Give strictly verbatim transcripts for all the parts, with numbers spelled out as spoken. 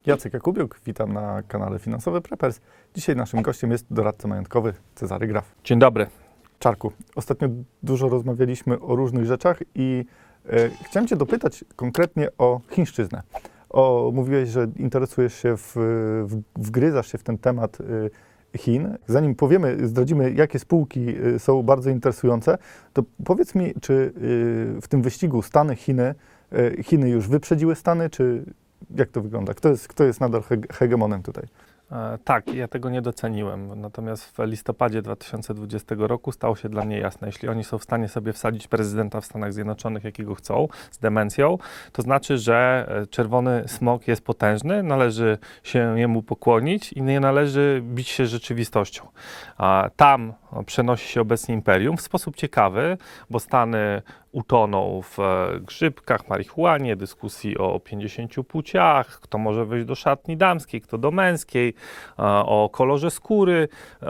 Jacek Jakubiuk, witam na kanale Finansowy Preppers. Dzisiaj naszym gościem jest doradca majątkowy Cezary Graf. Dzień dobry. Czarku, ostatnio dużo rozmawialiśmy o różnych rzeczach i e, chciałem Cię dopytać konkretnie o chińszczyznę. O, mówiłeś, że interesujesz się, w, w, wgryzasz się w ten temat e, Chin. Zanim powiemy, zdradzimy, jakie spółki e, są bardzo interesujące, to powiedz mi, czy e, w tym wyścigu Stany, Chiny, e, Chiny już wyprzedziły Stany, czy jak to wygląda? Kto jest, kto jest nadal hege- hegemonem tutaj? E, tak, ja tego nie doceniłem. Natomiast w listopadzie dwa tysiące dwudziestego roku stało się dla mnie jasne, jeśli oni są w stanie sobie wsadzić prezydenta w Stanach Zjednoczonych, jakiego chcą, z demencją, to znaczy, że czerwony smok jest potężny, należy się jemu pokłonić i nie należy bić się z rzeczywistością. A tam przenosi się obecnie imperium w sposób ciekawy, bo Stany utoną w grzybkach, marihuanie, dyskusji o pięćdziesięciu płciach, kto może wejść do szatni damskiej, kto do męskiej, o kolorze skóry.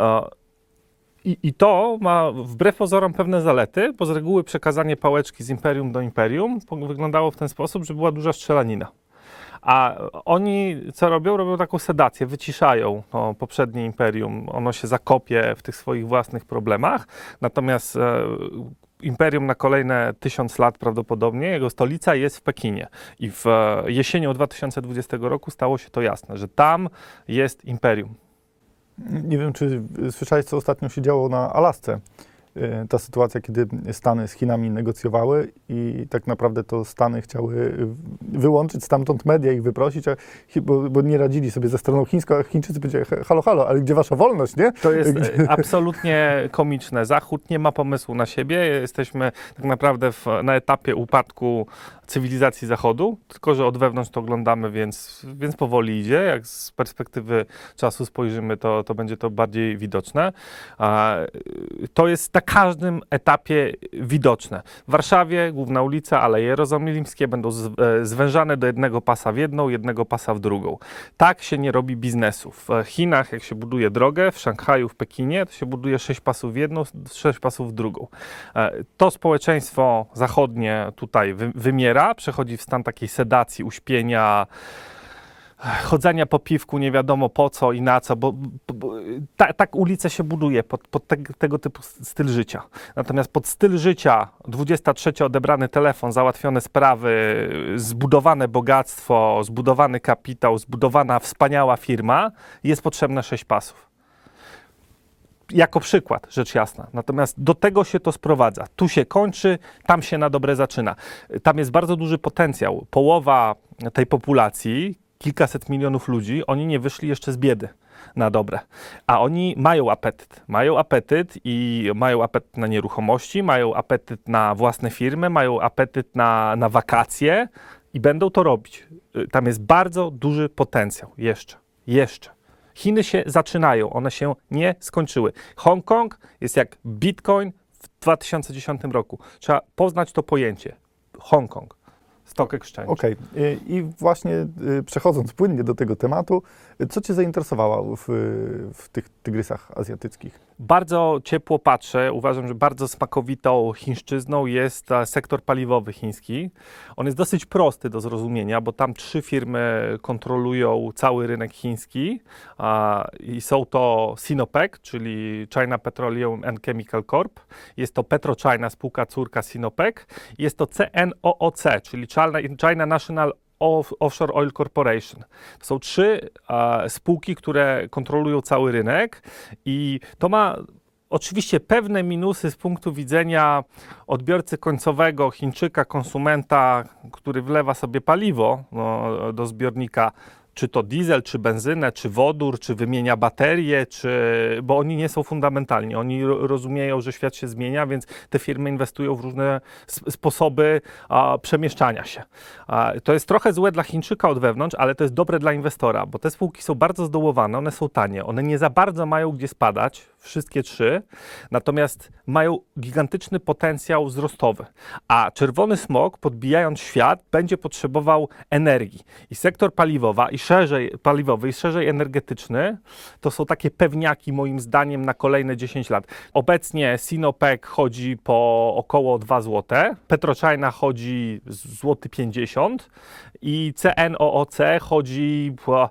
I, I to ma wbrew pozorom pewne zalety, bo z reguły przekazanie pałeczki z imperium do imperium wyglądało w ten sposób, że była duża strzelanina. A oni co robią? Robią taką sedację, wyciszają to poprzednie imperium, ono się zakopie w tych swoich własnych problemach, natomiast e, imperium na kolejne tysiąc lat prawdopodobnie, jego stolica jest w Pekinie. I w e, jesienią dwa tysiące dwudziestego roku stało się to jasne, że tam jest imperium. Nie wiem, czy słyszałeś, co ostatnio się działo na Alasce. Ta sytuacja, kiedy Stany z Chinami negocjowały i tak naprawdę to Stany chciały wyłączyć stamtąd media, ich wyprosić, a, bo, bo nie radzili sobie ze stroną chińską, a Chińczycy powiedzieli, halo, halo, ale gdzie wasza wolność, nie? To jest gdzie... absolutnie komiczne. Zachód nie ma pomysłu na siebie. Jesteśmy tak naprawdę w, na etapie upadku cywilizacji Zachodu, tylko że od wewnątrz to oglądamy, więc, więc powoli idzie. Jak z perspektywy czasu spojrzymy, to, to będzie to bardziej widoczne. A, to jest na każdym etapie widoczne. W Warszawie główna ulica, Aleje Jerozolimskie będą z, e, zwężane do jednego pasa w jedną, jednego pasa w drugą. Tak się nie robi biznesu. W Chinach, jak się buduje drogę, w Szanghaju, w Pekinie, to się buduje sześć pasów w jedną, sześć pasów w drugą. E, to społeczeństwo zachodnie tutaj wy, wymiera, przechodzi w stan takiej sedacji, uśpienia, chodzenia po piwku nie wiadomo po co i na co, bo, bo, bo ta, tak ulice się buduje pod, pod te, tego typu styl życia. Natomiast pod styl życia dwudziesty trzeci odebrany telefon, załatwione sprawy, zbudowane bogactwo, zbudowany kapitał, zbudowana wspaniała firma, jest potrzebne sześć pasów. Jako przykład, rzecz jasna. Natomiast do tego się to sprowadza. Tu się kończy, tam się na dobre zaczyna. Tam jest bardzo duży potencjał. Połowa tej populacji, kilkaset milionów ludzi, oni nie wyszli jeszcze z biedy na dobre. A oni mają apetyt. Mają apetyt i mają apetyt na nieruchomości, mają apetyt na własne firmy, mają apetyt na, na wakacje i będą to robić. Tam jest bardzo duży potencjał. Jeszcze. Jeszcze. Chiny się zaczynają, one się nie skończyły. Hongkong jest jak Bitcoin w dwa tysiące dziesiątym roku. Trzeba poznać to pojęcie. Hongkong. Stock Exchange. Okej. Okay. I właśnie przechodząc płynnie do tego tematu, co Cię zainteresowało w, w tych tygrysach azjatyckich? Bardzo ciepło patrzę. Uważam, że bardzo smakowitą chińszczyzną jest sektor paliwowy chiński. On jest dosyć prosty do zrozumienia, bo tam trzy firmy kontrolują cały rynek chiński a, i są to Sinopec, czyli China Petroleum and Chemical Corp. Jest to PetroChina, spółka córka Sinopec. Jest to C N O O C, czyli China National Offshore Oil Corporation. To są trzy e, spółki, które kontrolują cały rynek i to ma oczywiście pewne minusy z punktu widzenia odbiorcy końcowego, Chińczyka, konsumenta, który wlewa sobie paliwo no, do zbiornika, czy to diesel, czy benzynę, czy wodór, czy wymienia baterie, czy... bo oni nie są fundamentalni. Oni rozumieją, że świat się zmienia, więc te firmy inwestują w różne sposoby a, przemieszczania się. A, to jest trochę złe dla Chińczyka od wewnątrz, ale to jest dobre dla inwestora, bo te spółki są bardzo zdołowane, one są tanie, one nie za bardzo mają gdzie spadać, wszystkie trzy, natomiast mają gigantyczny potencjał wzrostowy. A czerwony smok, podbijając świat, będzie potrzebował energii. I sektor paliwowa i szerzej paliwowy i szerzej energetyczny, to są takie pewniaki moim zdaniem na kolejne dziesięć lat. Obecnie Sinopec chodzi po około dwa złote, PetroChina chodzi złoty pięćdziesiąt i C N O O C chodzi po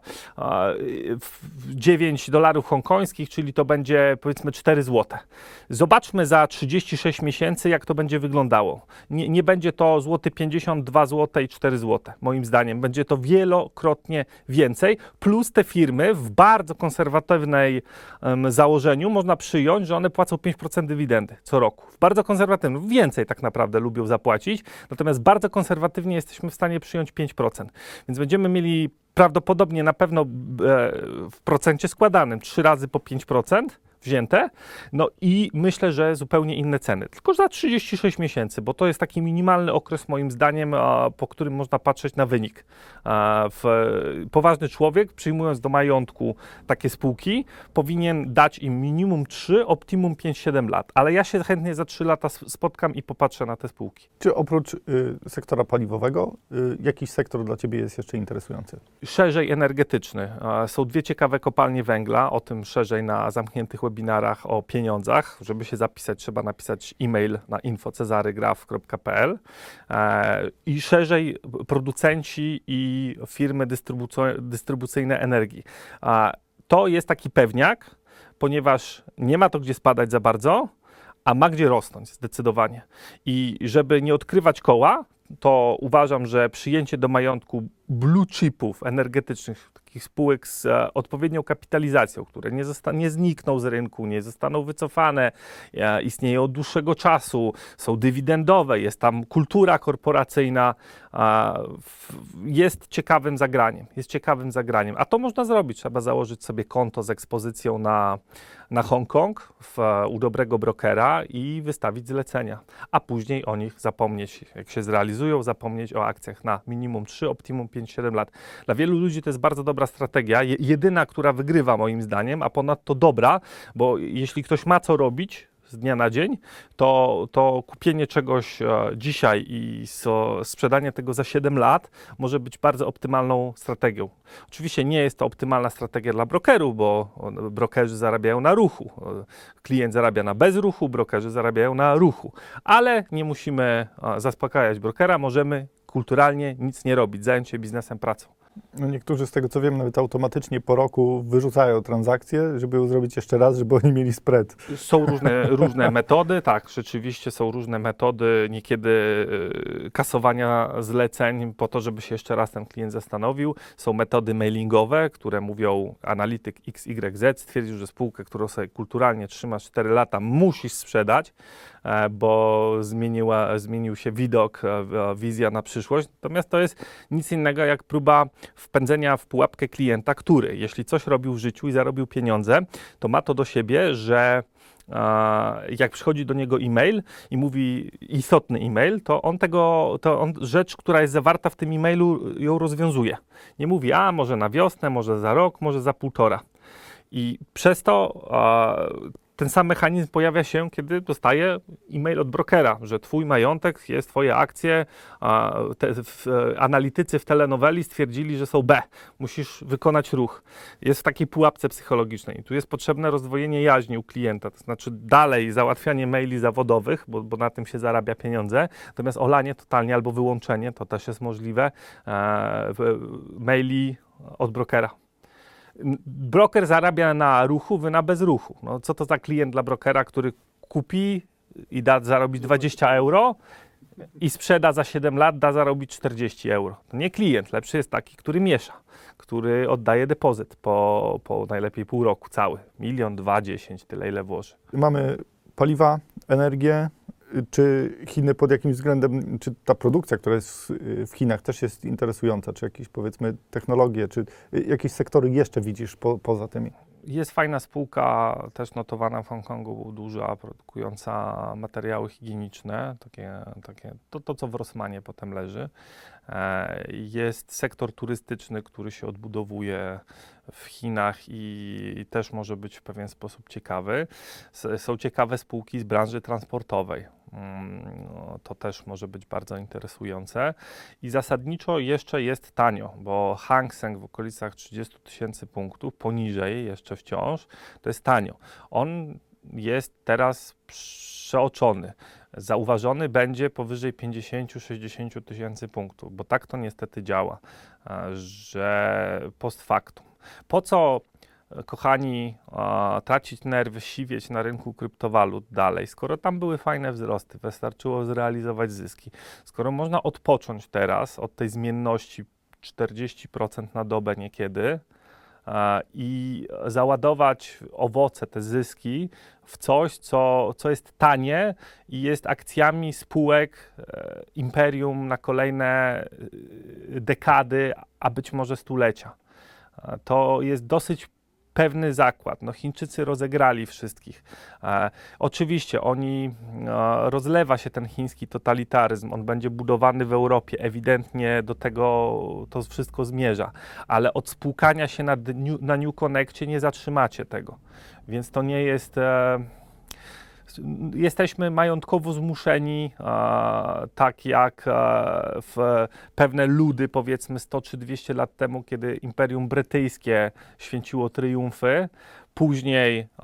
dziewięć dolarów hongkońskich, czyli to będzie powiedzmy cztery złote. Zobaczmy za trzydzieści sześć miesięcy, jak to będzie wyglądało. Nie, nie będzie to złoty pięćdziesiąt, dwa złote i cztery złote, moim zdaniem. Będzie to wielokrotnie więcej, plus te firmy w bardzo konserwatywnej um, założeniu można przyjąć, że one płacą pięć procent dywidendy co roku. W bardzo konserwatywnym, więcej tak naprawdę lubią zapłacić, natomiast bardzo konserwatywnie jesteśmy w stanie przyjąć pięć procent. Więc będziemy mieli prawdopodobnie na pewno e, w procencie składanym trzy razy po pięć procent wzięte, no i myślę, że zupełnie inne ceny. Tylko za trzydzieści sześć miesięcy, bo to jest taki minimalny okres moim zdaniem, po którym można patrzeć na wynik. W, poważny człowiek, przyjmując do majątku takie spółki, powinien dać im minimum trzy, optimum pięć siedem lat. Ale ja się chętnie za trzy lata spotkam i popatrzę na te spółki. Czy oprócz y, sektora paliwowego, y, jakiś sektor dla Ciebie jest jeszcze interesujący? Szerzej energetyczny. Są dwie ciekawe kopalnie węgla, o tym szerzej na zamkniętych webinarach o pieniądzach. Żeby się zapisać, trzeba napisać e-mail na info cezarygraf kropka p l i szerzej producenci i firmy dystrybuco- dystrybucyjne energii. To jest taki pewniak, ponieważ nie ma to gdzie spadać za bardzo, a ma gdzie rosnąć zdecydowanie. I żeby nie odkrywać koła, to uważam, że przyjęcie do majątku blue chipów energetycznych, takich spółek z e, odpowiednią kapitalizacją, które nie, zosta- nie znikną z rynku, nie zostaną wycofane, e, istnieją od dłuższego czasu, są dywidendowe, jest tam kultura korporacyjna, e, w, jest ciekawym zagraniem, jest ciekawym zagraniem. A to można zrobić, trzeba założyć sobie konto z ekspozycją na, na Hongkong w, u dobrego brokera i wystawić zlecenia, a później o nich zapomnieć, jak się zrealizują, zapomnieć o akcjach na minimum trzy, optimum pięć siedem lat. Dla wielu ludzi to jest bardzo dobra strategia, jedyna, która wygrywa moim zdaniem, a ponadto dobra, bo jeśli ktoś ma co robić z dnia na dzień, to, to kupienie czegoś e, dzisiaj i so, sprzedanie tego za siedem lat może być bardzo optymalną strategią. Oczywiście nie jest to optymalna strategia dla brokerów, bo brokerzy zarabiają na ruchu. Klient zarabia na bezruchu, brokerzy zarabiają na ruchu. Ale nie musimy e, zaspokajać brokera, możemy kulturalnie nic nie robić, zająć się biznesem, pracą. No niektórzy z tego co wiem nawet automatycznie po roku wyrzucają transakcję, żeby ją zrobić jeszcze raz, żeby oni mieli spread. Są różne, różne metody, tak, rzeczywiście są różne metody, niekiedy y, kasowania zleceń po to, żeby się jeszcze raz ten klient zastanowił. Są metody mailingowe, które mówią, analityk X Y Z stwierdził, że spółkę, którą sobie kulturalnie trzymasz cztery lata, musisz sprzedać, e, bo zmieniła, zmienił się widok, e, wizja na przyszłość. Natomiast to jest nic innego jak próba wpędzenia w pułapkę klienta, który, jeśli coś robił w życiu i zarobił pieniądze, to ma to do siebie, że e, jak przychodzi do niego e-mail i mówi istotny e-mail, to on tego, to on rzecz, która jest zawarta w tym e-mailu, ją rozwiązuje. Nie mówi, a może na wiosnę, może za rok, może za półtora. I przez to e, ten sam mechanizm pojawia się, kiedy dostaje e-mail od brokera, że twój majątek jest, twoje akcje, a, te, w, analitycy w telenoweli stwierdzili, że są B. Musisz wykonać ruch. Jest w takiej pułapce psychologicznej. I tu jest potrzebne rozdwojenie jaźni u klienta, to znaczy dalej załatwianie maili zawodowych, bo, bo na tym się zarabia pieniądze, natomiast olanie totalnie albo wyłączenie, to też jest możliwe, e, maili od brokera. Broker zarabia na ruchu, wy na bezruchu. No, co to za klient dla brokera, który kupi i da zarobić dwadzieścia euro i sprzeda za siedem lat, da zarobić czterdzieści euro. To nie klient, lepszy jest taki, który miesza, który oddaje depozyt po, po najlepiej pół roku cały. Milion, dwa, dziesięć, tyle ile włoży. Mamy paliwa, energię. Czy Chiny pod jakimś względem, czy ta produkcja, która jest w Chinach też jest interesująca, czy jakieś powiedzmy technologie, czy jakieś sektory jeszcze widzisz po, poza tymi? Jest fajna spółka, też notowana w Hongkongu, duża, produkująca materiały higieniczne, takie, takie, to, to co w Rossmanie potem leży. Jest sektor turystyczny, który się odbudowuje w Chinach i też może być w pewien sposób ciekawy. Są ciekawe spółki z branży transportowej. No, to też może być bardzo interesujące. I zasadniczo jeszcze jest tanio, bo Hang Seng w okolicach trzydzieści tysięcy punktów, poniżej jeszcze wciąż, to jest tanio. On jest teraz przeoczony. Zauważony będzie powyżej pięćdziesiąt do sześćdziesięciu tysięcy punktów, bo tak to niestety działa, że post factum. Po co, kochani, tracić nerwy, siwieć na rynku kryptowalut dalej, skoro tam były fajne wzrosty, wystarczyło zrealizować zyski, skoro można odpocząć teraz od tej zmienności czterdzieści procent na dobę niekiedy, i załadować owoce, te zyski w coś, co, co jest tanie i jest akcjami spółek e, imperium na kolejne e, dekady, a być może stulecia. E, to jest dosyć pewny zakład. No, Chińczycy rozegrali wszystkich. E, oczywiście oni, e, rozlewa się ten chiński totalitaryzm, on będzie budowany w Europie, ewidentnie do tego to wszystko zmierza, ale od spłukania się na, dniu, na New Connectie nie zatrzymacie tego. Więc to nie jest... E, Jesteśmy majątkowo zmuszeni, e, tak jak e, w pewne ludy, powiedzmy sto czy dwieście lat temu, kiedy Imperium Brytyjskie święciło triumfy. Później e,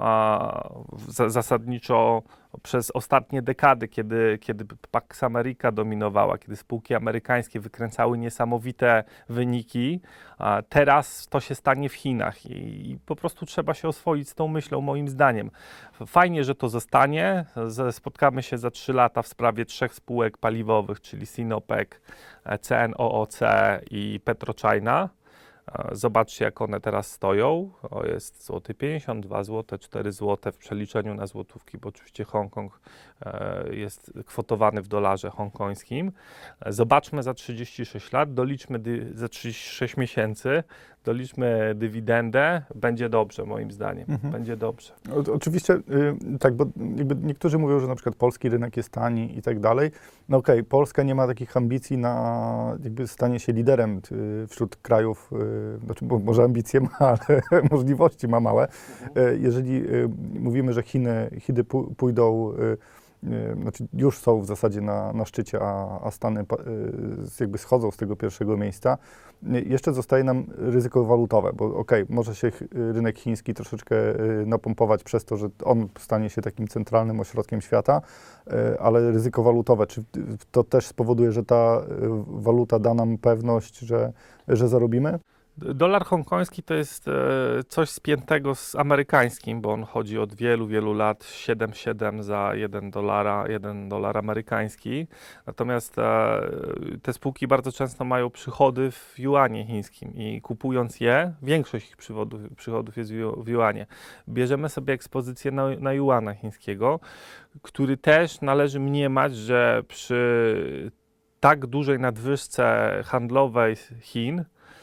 w, zasadniczo przez ostatnie dekady, kiedy, kiedy Pax America dominowała, kiedy spółki amerykańskie wykręcały niesamowite wyniki, a teraz to się stanie w Chinach i, i po prostu trzeba się oswoić z tą myślą, moim zdaniem. Fajnie, że to zostanie. Spotkamy się za trzy lata w sprawie trzech spółek paliwowych, czyli Sinopec, C N O O C i PetroChina. Zobaczcie, jak one teraz stoją. O, jest złoty pięćdziesiąt dwa złote, cztery złote w przeliczeniu na złotówki, bo oczywiście Hongkong e, jest kwotowany w dolarze hongkońskim. Zobaczmy za trzydzieści sześć lat, doliczmy dy, za trzydzieści sześć miesięcy, doliczmy dywidendę, będzie dobrze, moim zdaniem. Mhm. Będzie dobrze. O, oczywiście, y, tak, bo jakby niektórzy mówią, że na przykład polski rynek jest tani i tak dalej. No okej, okay, Polska nie ma takich ambicji na jakby stanie się liderem y, wśród krajów, y, znaczy, bo może ambicje ma, ale możliwości ma małe. Y, jeżeli y, mówimy, że Chiny, Chiny pójdą, y, y, znaczy już są w zasadzie na, na szczycie, a, a Stany y, jakby schodzą z tego pierwszego miejsca, jeszcze zostaje nam ryzyko walutowe, bo okej, okay, może się rynek chiński troszeczkę napompować przez to, że on stanie się takim centralnym ośrodkiem świata, ale ryzyko walutowe, czy to też spowoduje, że ta waluta da nam pewność, że, że zarobimy? Dolar hongkoński to jest e, coś spiętego z amerykańskim, bo on chodzi od wielu, wielu lat siedem siedem za jeden dolara, jeden dolar amerykański. Natomiast e, te spółki bardzo często mają przychody w juanie chińskim i kupując je, większość ich przychodów, przychodów jest w, w juanie. Bierzemy sobie ekspozycję na, na juana chińskiego, który też należy mniemać, że przy tak dużej nadwyżce handlowej Chin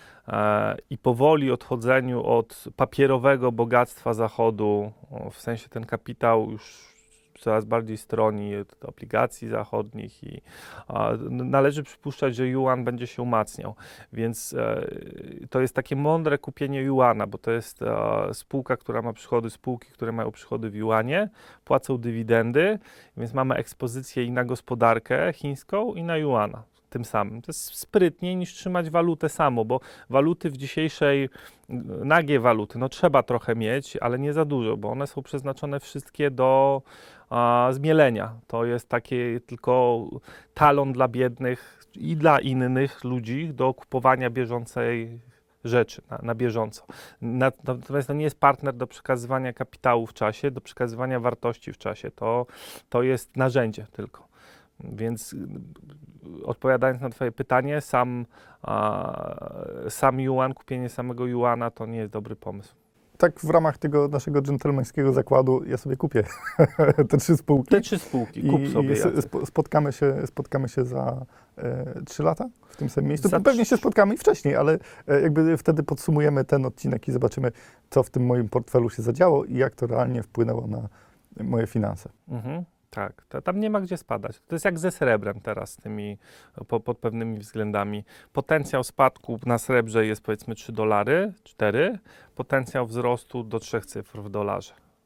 i powoli odchodzeniu od papierowego bogactwa Zachodu, w sensie ten kapitał już coraz bardziej stroni od obligacji zachodnich i a, należy przypuszczać, że juan będzie się umacniał. Więc e, to jest takie mądre kupienie juana, bo to jest e, spółka, która ma przychody, spółki, które mają przychody w juanie, płacą dywidendy, więc mamy ekspozycję i na gospodarkę chińską, i na juana. Tym samym. To jest sprytniej niż trzymać walutę samo, bo waluty w dzisiejszej, nagie waluty, no trzeba trochę mieć, ale nie za dużo, bo one są przeznaczone wszystkie do a, zmielenia. To jest takie tylko talon dla biednych i dla innych ludzi do kupowania bieżącej rzeczy na, na bieżąco. Natomiast to nie jest partner do przekazywania kapitału w czasie, do przekazywania wartości w czasie. To, to jest narzędzie tylko. Więc odpowiadając na twoje pytanie, sam, a, sam juan, kupienie samego juana to nie jest dobry pomysł. Tak w ramach tego naszego dżentelmeńskiego zakładu ja sobie kupię te trzy spółki. Te trzy spółki, kup i, sobie. I sp- spotkamy, się, spotkamy się za e, trzy lata w tym samym miejscu. Za Pewnie się spotkamy i wcześniej, ale e, jakby wtedy podsumujemy ten odcinek i zobaczymy, co w tym moim portfelu się zadziało i jak to realnie wpłynęło na moje finanse. Mhm. Tak, to, tam nie ma gdzie spadać. To jest jak ze srebrem teraz, tymi, po, pod pewnymi względami. Potencjał spadku na srebrze jest powiedzmy trzy dolary, cztery. Potencjał wzrostu do trzech cyfr w dolarze.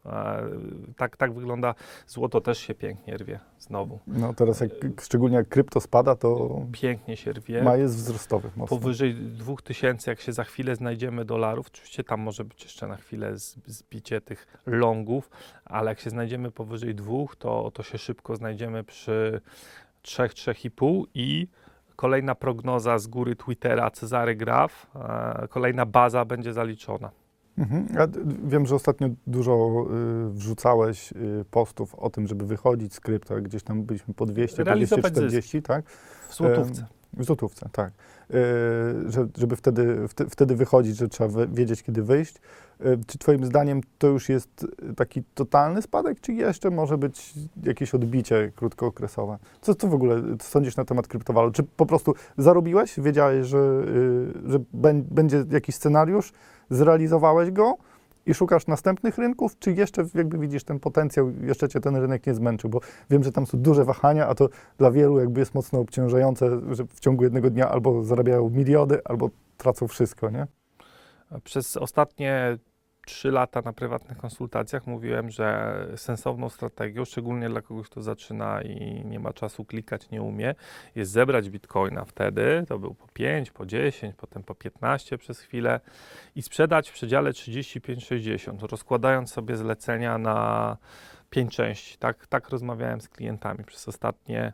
E, tak, tak wygląda, złoto też się pięknie rwie znowu. No teraz jak, szczególnie jak krypto spada, to Pięknie się rwie. ma jest wzrostowy mocno. Powyżej dwóch tysięcy, jak się za chwilę znajdziemy dolarów, oczywiście tam może być jeszcze na chwilę zbicie tych longów, ale jak się znajdziemy powyżej dwóch, to, to się szybko znajdziemy przy trzech, trzech i pół i kolejna prognoza z góry Twittera Cezary Graf, e, kolejna baza będzie zaliczona. Mhm. Ja d- wiem, że ostatnio dużo y, wrzucałeś y, postów o tym, żeby wychodzić z krypto, jak gdzieś tam byliśmy po dwieście, po Realizować dwieście czterdzieści, tak? W złotówce. W złotówce, tak. Y, że, żeby wtedy, wte, wtedy wychodzić, że trzeba wy, wiedzieć, kiedy wyjść. Y, czy twoim zdaniem to już jest taki totalny spadek, czy jeszcze może być jakieś odbicie krótkookresowe? Co ty w ogóle sądzisz na temat kryptowalut? Czy po prostu zarobiłeś, wiedziałeś, że, y, że bę- będzie jakiś scenariusz, zrealizowałeś go i szukasz następnych rynków, czy jeszcze jakby widzisz ten potencjał, jeszcze cię ten rynek nie zmęczył? Bo wiem, że tam są duże wahania, a to dla wielu jakby jest mocno obciążające, że w ciągu jednego dnia albo zarabiają miliony, albo tracą wszystko, nie? Przez ostatnie trzy lata na prywatnych konsultacjach mówiłem, że sensowną strategią, szczególnie dla kogoś, kto zaczyna i nie ma czasu klikać, nie umie, jest zebrać bitcoina wtedy, to był po pięć, po dziesięć, potem po piętnaście przez chwilę i sprzedać w przedziale trzydzieści pięć sześćdziesiąt, rozkładając sobie zlecenia na pięć części. Tak, tak rozmawiałem z klientami przez ostatnie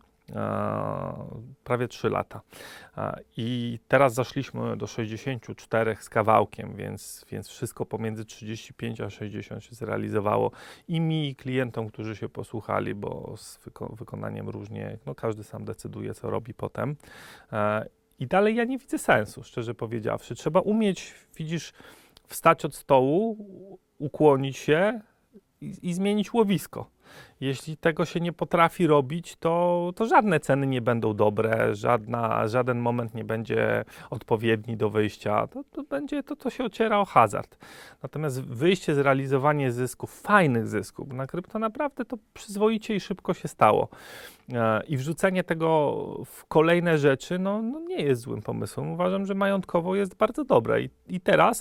e, prawie trzy lata. E, I teraz zaszliśmy do sześćdziesięciu czterech z kawałkiem, więc, więc wszystko pomiędzy trzydzieści pięć a sześćdziesiąt się zrealizowało i mi, i klientom, którzy się posłuchali, bo z wyko- wykonaniem różnie, no każdy sam decyduje, co robi potem. E, I dalej ja nie widzę sensu, szczerze powiedziawszy. Trzeba umieć, widzisz, wstać od stołu, ukłonić się i, i zmienić łowisko. Jeśli tego się nie potrafi robić, to, to żadne ceny nie będą dobre, żadna, żaden moment nie będzie odpowiedni do wyjścia. To, to będzie, to, to się ociera o hazard. Natomiast wyjście, zrealizowanie zysków, fajnych zysków, na krypto naprawdę to przyzwoicie i szybko się stało. E, I wrzucenie tego w kolejne rzeczy, no, no nie jest złym pomysłem. Uważam, że majątkowo jest bardzo dobre. I, i teraz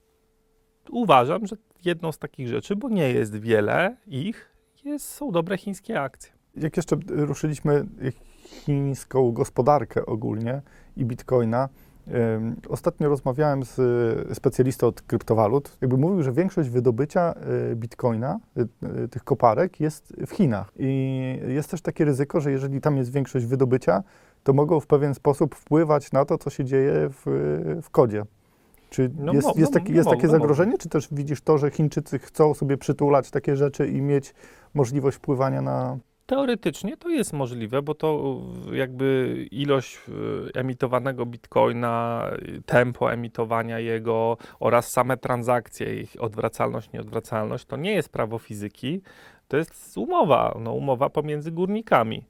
uważam, że jedną z takich rzeczy, bo nie jest wiele ich, jest, są dobre chińskie akcje. Jak jeszcze ruszyliśmy chińską gospodarkę ogólnie i bitcoina, ym, ostatnio rozmawiałem z y, specjalistą od kryptowalut. Jakby mówił, że większość wydobycia y, bitcoina, y, y, tych koparek jest w Chinach. I jest też takie ryzyko, że jeżeli tam jest większość wydobycia, to mogą w pewien sposób wpływać na to, co się dzieje w, w kodzie. Czy No jest, mo- jest, no, taki, no jest mogą, takie no zagrożenie, czy też widzisz to, że Chińczycy chcą sobie przytulać takie rzeczy i mieć możliwość wpływania na... Teoretycznie to jest możliwe, bo to y, jakby ilość y, emitowanego bitcoina, y, tempo emitowania jego oraz same transakcje, ich odwracalność, nieodwracalność, to nie jest prawo fizyki, to jest umowa, no, umowa pomiędzy górnikami.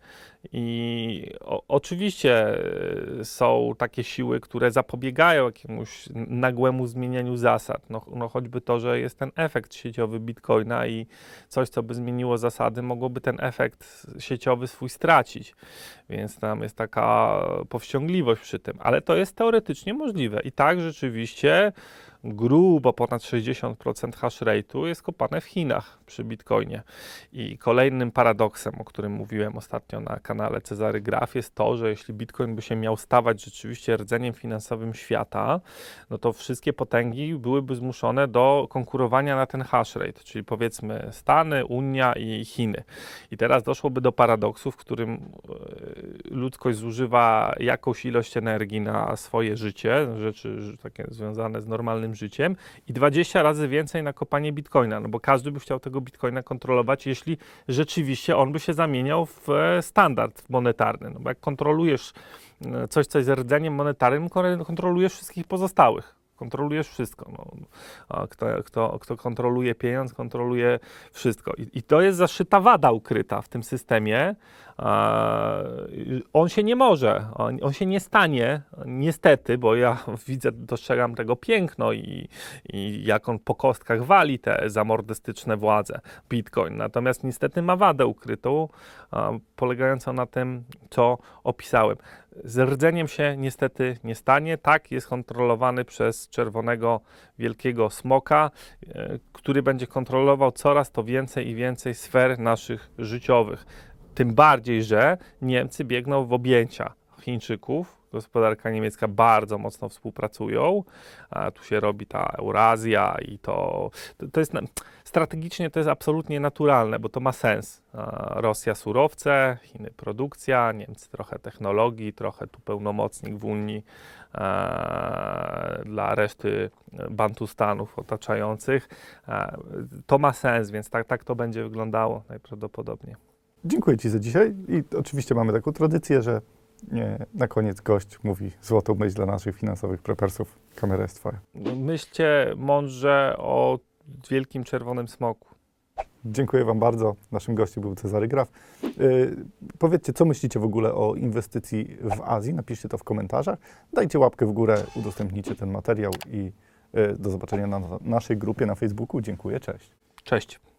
I o, oczywiście y, są takie siły, które zapobiegają jakiemuś nagłemu zmienianiu zasad. No, no choćby to, że jest ten efekt sieciowy bitcoina i coś, co by zmieniło zasady, mogłoby ten efekt sieciowy swój stracić. Więc tam jest taka powściągliwość przy tym. Ale to jest teoretycznie możliwe. I tak rzeczywiście grubo ponad sześćdziesiąt procent hash rate'u jest kopane w Chinach przy bitcoinie. I kolejnym paradoksem, o którym mówiłem ostatnio na kanale Cezary Graf, jest to, że jeśli bitcoin by się miał stawać rzeczywiście rdzeniem finansowym świata, no to wszystkie potęgi byłyby zmuszone do konkurowania na ten hash rate, czyli powiedzmy Stany, Unia i Chiny. I teraz doszłoby do paradoksu, w którym e, ludzkość zużywa jakąś ilość energii na swoje życie, rzeczy że takie związane z normalnym życiem i dwadzieścia razy więcej na kopanie bitcoina, no bo każdy by chciał tego bitcoina kontrolować, jeśli rzeczywiście on by się zamieniał w e, standard monetarny. No bo jak kontrolujesz e, coś, co jest rdzeniem monetarnym, kon- kontrolujesz wszystkich pozostałych. Kontrolujesz wszystko. No. A kto, kto, kto kontroluje pieniądz, kontroluje wszystko. I, I to jest zaszyta wada ukryta w tym systemie, On się nie może, on, on się nie stanie, niestety, bo ja widzę, dostrzegam tego piękno i, i jak on po kostkach wali te zamordystyczne władze, Bitcoin. Natomiast niestety ma wadę ukrytą, polegającą na tym, co opisałem. Z rdzeniem się niestety nie stanie. Tak, jest kontrolowany przez czerwonego wielkiego smoka, który będzie kontrolował coraz to więcej i więcej sfer naszych życiowych. Tym bardziej, że Niemcy biegną w objęcia Chińczyków. Gospodarka niemiecka bardzo mocno współpracują. A tu się robi ta Eurazja i to, to, to jest strategicznie to jest absolutnie naturalne, bo to ma sens. Rosja surowce, Chiny produkcja, Niemcy trochę technologii, trochę tu pełnomocnik w Unii e, dla reszty Bantustanów otaczających. E, to ma sens, więc tak, tak to będzie wyglądało najprawdopodobniej. Dziękuję Ci za dzisiaj i oczywiście mamy taką tradycję, że nie, na koniec gość mówi złotą myśl dla naszych finansowych prepersów. Kamera jest Twoja. Myślcie mądrze o wielkim czerwonym smoku. Dziękuję Wam bardzo. Naszym gościem był Cezary Graf. Yy, powiedzcie, co myślicie w ogóle o inwestycji w Azji? Napiszcie to w komentarzach. Dajcie łapkę w górę, udostępnijcie ten materiał i yy, do zobaczenia na naszej grupie na Facebooku. Dziękuję, cześć. Cześć.